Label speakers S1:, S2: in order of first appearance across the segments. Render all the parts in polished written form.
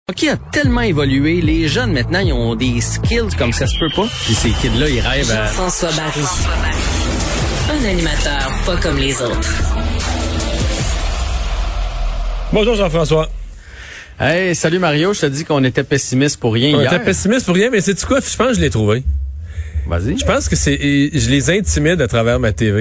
S1: hockey a tellement évolué, les jeunes maintenant, ils ont des skills comme ça se peut pas. Puis ces kids-là, ils rêvent à...
S2: Jean-François Barry. Un animateur pas comme les autres.
S3: Bonjour Jean-François.
S1: Hey, salut Mario, je te dis qu'on était pessimiste pour rien hier.
S3: On était pessimiste pour rien, mais sais-tu quoi? Je pense que je l'ai trouvé.
S1: Vas-y.
S3: Je pense que je les intimide à travers ma TV.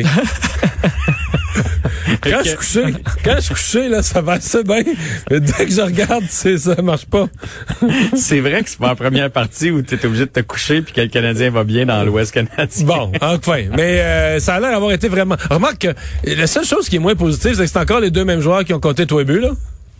S3: Quand je suis couché, là, ça va assez bien. Mais dès que je regarde, ça marche pas.
S1: C'est vrai que c'est pas la première partie où tu es obligé de te coucher puis que le Canadien va bien dans l'Ouest canadien.
S3: Bon, enfin. Mais ça a l'air d'avoir été vraiment... Remarque que la seule chose qui est moins positive, c'est que c'est encore les deux mêmes joueurs qui ont compté tous les buts, là.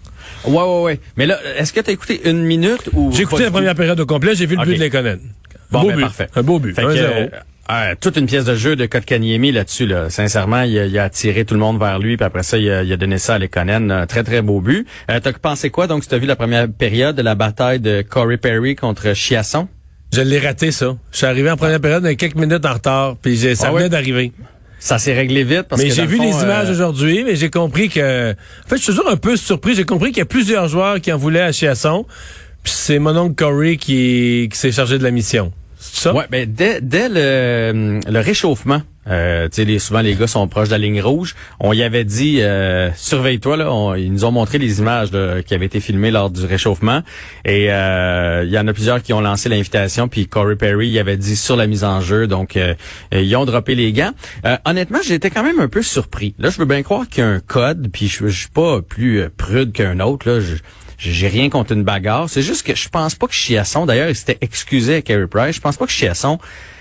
S1: Ouais. Mais là, est-ce que tu as écouté une minute ou...
S3: J'ai écouté la première période au complet, j'ai vu le but de Lekonen.
S1: Bon,
S3: beau
S1: ben
S3: but.
S1: parfait.
S3: Un beau but.
S1: Fait que, toute une pièce de jeu de Kotkaniemi là-dessus. Là. Sincèrement, il a attiré tout le monde vers lui, puis après ça, il a donné ça à Lekonen. Très, très beau but. T'as pensé quoi, donc, si t'as vu la première période de la bataille de Corey Perry contre Chiasson?
S3: Je l'ai raté, ça. Je suis arrivé en première période, mais quelques minutes en retard, puis ça venait d'arriver.
S1: Ça s'est réglé vite parce que
S3: j'ai vu les images aujourd'hui, mais j'ai compris que... En fait, je suis toujours un peu surpris. J'ai compris qu'il y a plusieurs joueurs qui en voulaient à Chiasson, puis c'est mon oncle Corey qui s'est chargé de la mission. C'est ça?
S1: Ouais, ben dès le réchauffement, tu sais, souvent les gars sont proches de la ligne rouge. On y avait dit surveille-toi là. Ils nous ont montré les images qui avaient été filmées lors du réchauffement. Et il y en a plusieurs qui ont lancé l'invitation. Puis Corey Perry il avait dit sur la mise en jeu. Donc ils ont droppé les gants. Honnêtement, j'étais quand même un peu surpris. Là, je veux bien croire qu'il y a un code. Puis je suis pas plus prude qu'un autre là. J'ai rien contre une bagarre. C'est juste que je pense pas que Chiasson, d'ailleurs, il s'était excusé à Carey Price. Je pense pas que Chiasson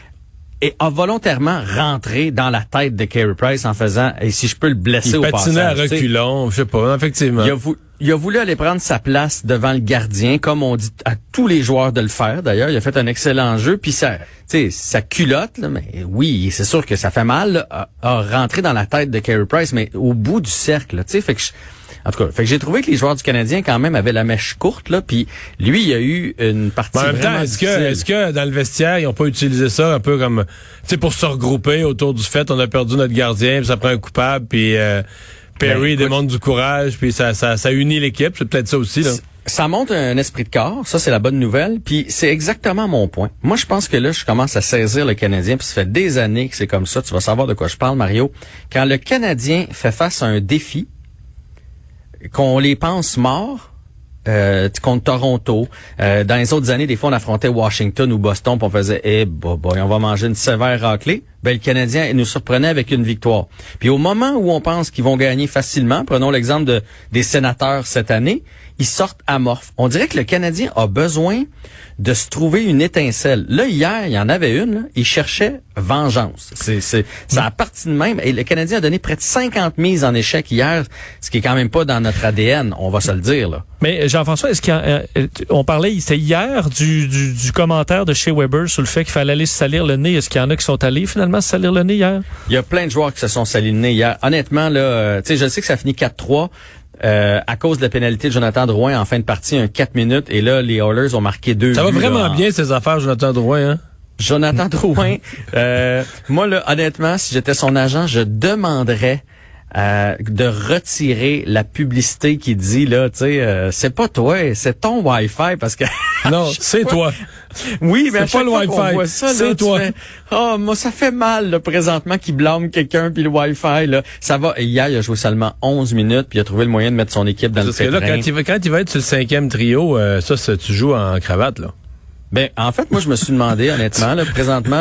S1: a volontairement rentré dans la tête de Carey Price en faisant, et si je peux le blesser au passage.
S3: Il patinait à reculons, je sais pas, effectivement.
S1: Il a voulu aller prendre sa place devant le gardien, comme on dit à tous les joueurs de le faire. D'ailleurs, il a fait un excellent jeu. Puis sa culotte, là, mais oui, c'est sûr que ça fait mal, là, a rentré dans la tête de Carey Price, mais au bout du cercle. En tout cas, j'ai trouvé que les joueurs du Canadien quand même avaient la mèche courte là, puis lui il y a eu une partie
S3: en même temps, est-ce que dans le vestiaire ils ont pas utilisé ça un peu comme pour se regrouper autour du fait on a perdu notre gardien, puis ça prend un coupable, puis Perry démontre du courage, puis ça unit l'équipe, c'est peut-être ça aussi là.
S1: Ça montre un esprit de corps, ça c'est la bonne nouvelle, puis c'est exactement mon point. Moi je pense que là je commence à saisir le Canadien, puis ça fait des années que c'est comme ça, tu vas savoir de quoi je parle Mario. Quand le Canadien fait face à un défi, qu'on les pense morts contre Toronto. Dans les autres années, des fois, on affrontait Washington ou Boston, puis on faisait on va manger une sévère raclée. Ben, le Canadien nous surprenait avec une victoire. Puis au moment où on pense qu'ils vont gagner facilement, prenons l'exemple des Sénateurs cette année, ils sortent amorphes. On dirait que le Canadien a besoin de se trouver une étincelle. Là, hier, il y en avait une, là, il cherchait vengeance. Ça a parti de même. Et le Canadien a donné près de 50 mises en échec hier, ce qui est quand même pas dans notre ADN, on va se le dire, là.
S4: Mais Jean-François, on parlait, c'était hier, du commentaire de Shea Weber sur le fait qu'il fallait aller se salir le nez. Est-ce qu'il y en a qui sont allés finalement se salir le nez hier? Il
S1: y a plein de joueurs qui se sont salis le nez hier. Honnêtement, là, je sais que ça finit 4-3. À cause de la pénalité de Jonathan Drouin en fin de partie, 4 minutes, et là, les Oilers ont marqué 2 buts.
S3: Ça va vraiment bien, ces affaires, Jonathan Drouin, hein?
S1: Jonathan Drouin, moi, là, honnêtement, si j'étais son agent, je demanderais de retirer la publicité qui dit, là, tu sais, c'est pas toi, c'est ton Wi-Fi, parce que...
S3: Non, c'est toi.
S1: Oui, mais
S3: c'est pas le Wi-Fi, c'est toi.
S1: Moi, ça fait mal, là, présentement, qu'il blâme quelqu'un, puis le Wi-Fi, là. Ça va. Et hier, il a joué seulement 11 minutes, puis il a trouvé le moyen de mettre son équipe dans le pétrin.
S3: Parce que là, quand il va être sur le 5e trio, tu joues en cravate, là.
S1: Ben, en fait, moi, je me suis demandé, honnêtement, là, présentement,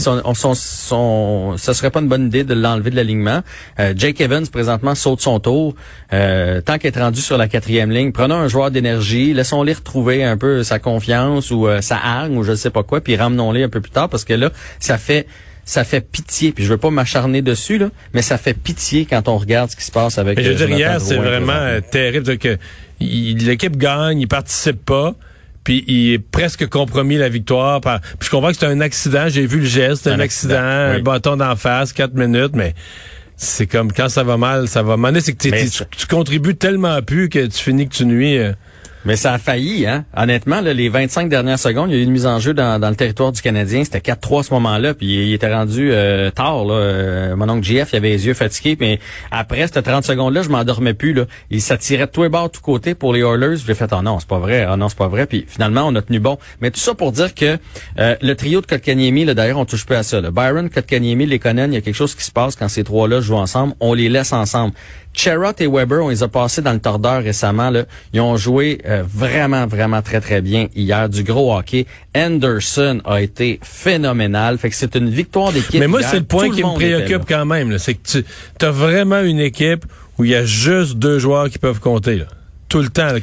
S1: ça serait pas une bonne idée de l'enlever de l'alignement. Jake Evans, présentement, saute son tour. Tant qu'il est rendu sur la 4e ligne, prenons un joueur d'énergie, laissons-les retrouver un peu sa confiance ou sa hargne ou je ne sais pas quoi, puis ramenons-les un peu plus tard, parce que là, ça fait pitié. Puis je veux pas m'acharner dessus, là, mais ça fait pitié quand on regarde ce qui se passe avec
S3: mais je veux dire, hier, c'est vraiment terrible. L'équipe gagne, il participe pas. Puis il est presque compromis la victoire. Puis je comprends que c'est un accident. J'ai vu le geste, un accident, un bâton d'en face, 4 minutes, mais c'est comme quand ça va mal, ça va mal. C'est que tu contribues tellement plus que tu finis que tu nuis.
S1: Mais ça a failli, hein. Honnêtement, là, les 25 dernières secondes, il y a eu une mise en jeu dans le territoire du Canadien. C'était 4-3 à ce moment-là, puis il était rendu tard. Là. Mon oncle JF, il avait les yeux fatigués, mais après, cette 30 secondes-là, je m'endormais plus. Là. Il s'attirait de tous les bords, de tous côtés pour les Oilers. J'ai fait, oh non, c'est pas vrai, Puis finalement, on a tenu bon. Mais tout ça pour dire que le trio de Kotkaniemi, là, d'ailleurs, on touche peu à ça. Là. Byron, Kotkaniemi, Lekonen, il y a quelque chose qui se passe quand ces trois-là jouent ensemble. On les laisse ensemble. Sherrod et Weber, on les a passés dans le tordeur récemment. Là. Ils ont joué vraiment, vraiment très, très bien hier. Du gros hockey. Anderson a été phénoménal. Fait que c'est une victoire d'équipe.
S3: Mais moi,
S1: hier.
S3: c'est le point qui me préoccupe quand même. Là. C'est que tu as vraiment une équipe où il y a juste 2 joueurs qui peuvent compter. Là. Tout le temps. Là,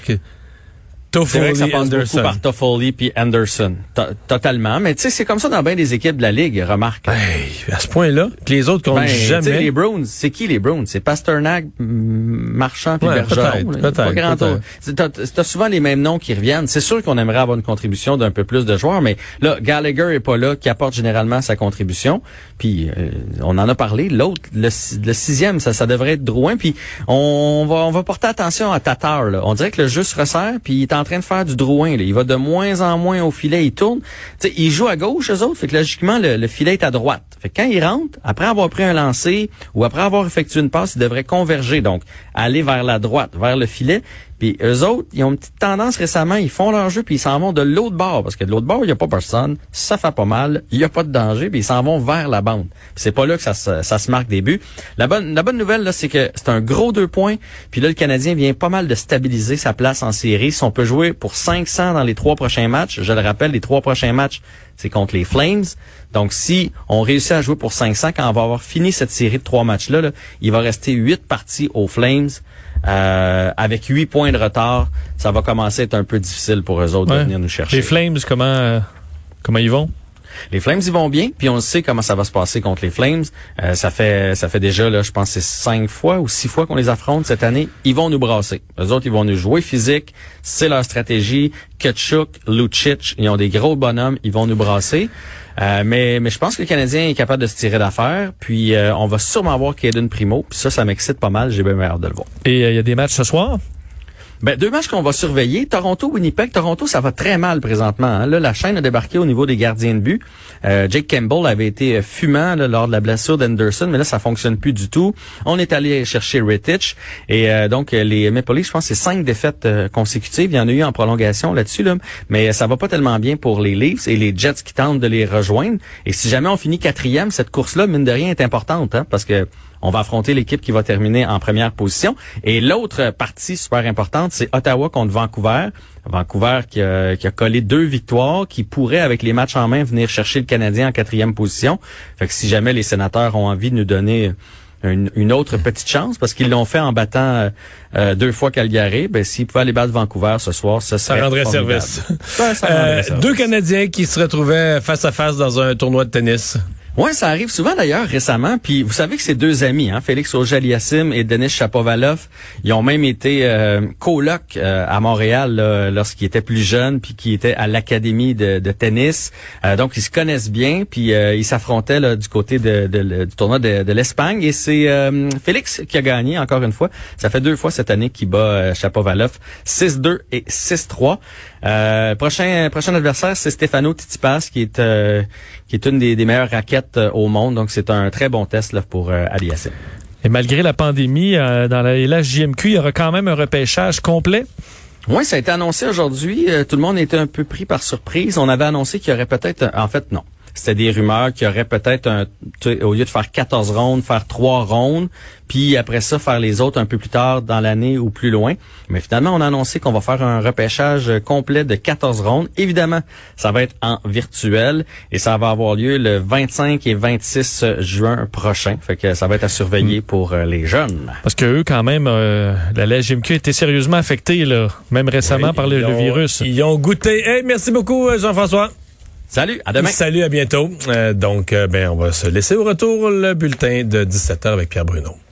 S1: C'est vrai que ça passe beaucoup par Toffoli puis Anderson. Totalement. Mais tu sais, c'est comme ça dans bien des équipes de la Ligue, remarque.
S3: Hey, à ce point-là, que les autres comptent jamais.
S1: Les Bruins, c'est qui les Bruins? C'est Pasternak, Marchand puis Bergeron.
S3: Peut-être.
S1: T'as souvent les mêmes noms qui reviennent. C'est sûr qu'on aimerait avoir une contribution d'un peu plus de joueurs, mais là, Gallagher est pas là, qui apporte généralement sa contribution. Puis on en a parlé. L'autre, le 6e, ça devrait être Drouin. Puis on va porter attention à Tatar. Là. On dirait que le jeu se resserre, puis il est en train de faire du Drouin. Là. Il va de moins en moins au filet, il tourne. T'sais, il joue à gauche, eux autres, fait que logiquement, le filet est à droite. Fait que quand il rentre, après avoir pris un lancer ou après avoir effectué une passe, il devrait converger, donc aller vers la droite, vers le filet. Puis eux autres, ils ont une petite tendance récemment, ils font leur jeu puis ils s'en vont de l'autre bord parce que de l'autre bord, il y a pas personne, ça fait pas mal, il y a pas de danger puis ils s'en vont vers la bande. Puis c'est pas là que ça se marque des buts. La bonne nouvelle là, c'est que c'est un gros 2 points. Puis là le Canadien vient pas mal de stabiliser sa place en série. Si on peut jouer pour 500 dans les 3 prochains matchs, je le rappelle, les 3 prochains matchs, c'est contre les Flames. Donc si on réussit à jouer pour 500 quand on va avoir fini cette série de 3 matchs là, il va rester 8 parties aux Flames. Avec 8 points de retard, ça va commencer à être un peu difficile pour eux autres de venir nous chercher.
S4: Les Flames, comment ils vont?
S1: Les Flames, ils vont bien, puis on sait comment ça va se passer contre les Flames. Ça fait déjà, là, je pense, c'est 5 fois ou 6 fois qu'on les affronte cette année. Ils vont nous brasser. Eux autres, ils vont nous jouer physique. C'est leur stratégie. Tkachuk, Lucic, ils ont des gros bonhommes. Ils vont nous brasser. Mais je pense que le Canadien est capable de se tirer d'affaire. Puis on va sûrement voir Caden Primo. Puis ça m'excite pas mal. J'ai bien hâte de le voir.
S4: Et il y a des matchs ce soir?
S1: 2 matchs qu'on va surveiller. Toronto-Winnipeg. Toronto, ça va très mal présentement. Hein. Là, la chaîne a débarqué au niveau des gardiens de but. Jake Campbell avait été fumant là, lors de la blessure d'Anderson, mais là, ça fonctionne plus du tout. On est allé chercher Rittich. Et donc, les Maple Leafs, je pense que c'est 5 défaites consécutives. Il y en a eu en prolongation là-dessus, là. Mais ça va pas tellement bien pour les Leafs et les Jets qui tentent de les rejoindre. Et si jamais on finit 4e, cette course-là, mine de rien, est importante, hein, parce que on va affronter l'équipe qui va terminer en première position. Et l'autre partie super importante, c'est Ottawa contre Vancouver. Vancouver qui a collé 2 victoires, qui pourrait, avec les matchs en main, venir chercher le Canadien en 4e position. Fait que si jamais les sénateurs ont envie de nous donner une autre petite chance, parce qu'ils l'ont fait en battant 2 fois Calgary, s'ils pouvaient aller battre Vancouver ce soir, ça rendrait
S3: service.
S1: Ça rendrait service.
S3: 2 Canadiens qui se retrouvaient face à face dans un tournoi de tennis.
S1: Ouais, ça arrive souvent d'ailleurs récemment. Puis vous savez que c'est 2 amis, hein, Félix Auger-Aliassime et Denis Shapovalov. Ils ont même été colocs à Montréal lorsqu'ils étaient plus jeunes, puis qui étaient à l'académie de tennis. Donc ils se connaissent bien, puis ils s'affrontaient là, du côté du tournoi de l'Espagne. Et c'est Félix qui a gagné encore une fois. Ça fait 2 fois cette année qu'il bat Shapovalov 6-2 et 6-3. Prochain adversaire, c'est Stefano Tsitsipas qui est une des meilleures raquettes au monde. Donc, c'est un très bon test là, pour Aliassime.
S4: Et malgré la pandémie, dans la LHJMQ, il y aura quand même un repêchage complet?
S1: Oui, ça a été annoncé aujourd'hui. Tout le monde était un peu pris par surprise. On avait annoncé qu'il y aurait peut-être... En fait, non. C'était des rumeurs qu'il y aurait peut-être, au lieu de faire 14 rondes, faire 3 rondes, puis après ça, faire les autres un peu plus tard dans l'année ou plus loin. Mais finalement, on a annoncé qu'on va faire un repêchage complet de 14 rondes. Évidemment, ça va être en virtuel et ça va avoir lieu le 25 et 26 juin prochain. Fait que ça va être à surveiller pour les jeunes.
S4: Parce que eux, quand même, la LHJMQ a été sérieusement affectée, là, même récemment par le virus.
S3: Ils ont goûté. Hey, merci beaucoup, Jean-François.
S1: Salut, à demain.
S3: Salut, à bientôt. On va se laisser au retour le bulletin de 17h avec Pierre Bruno.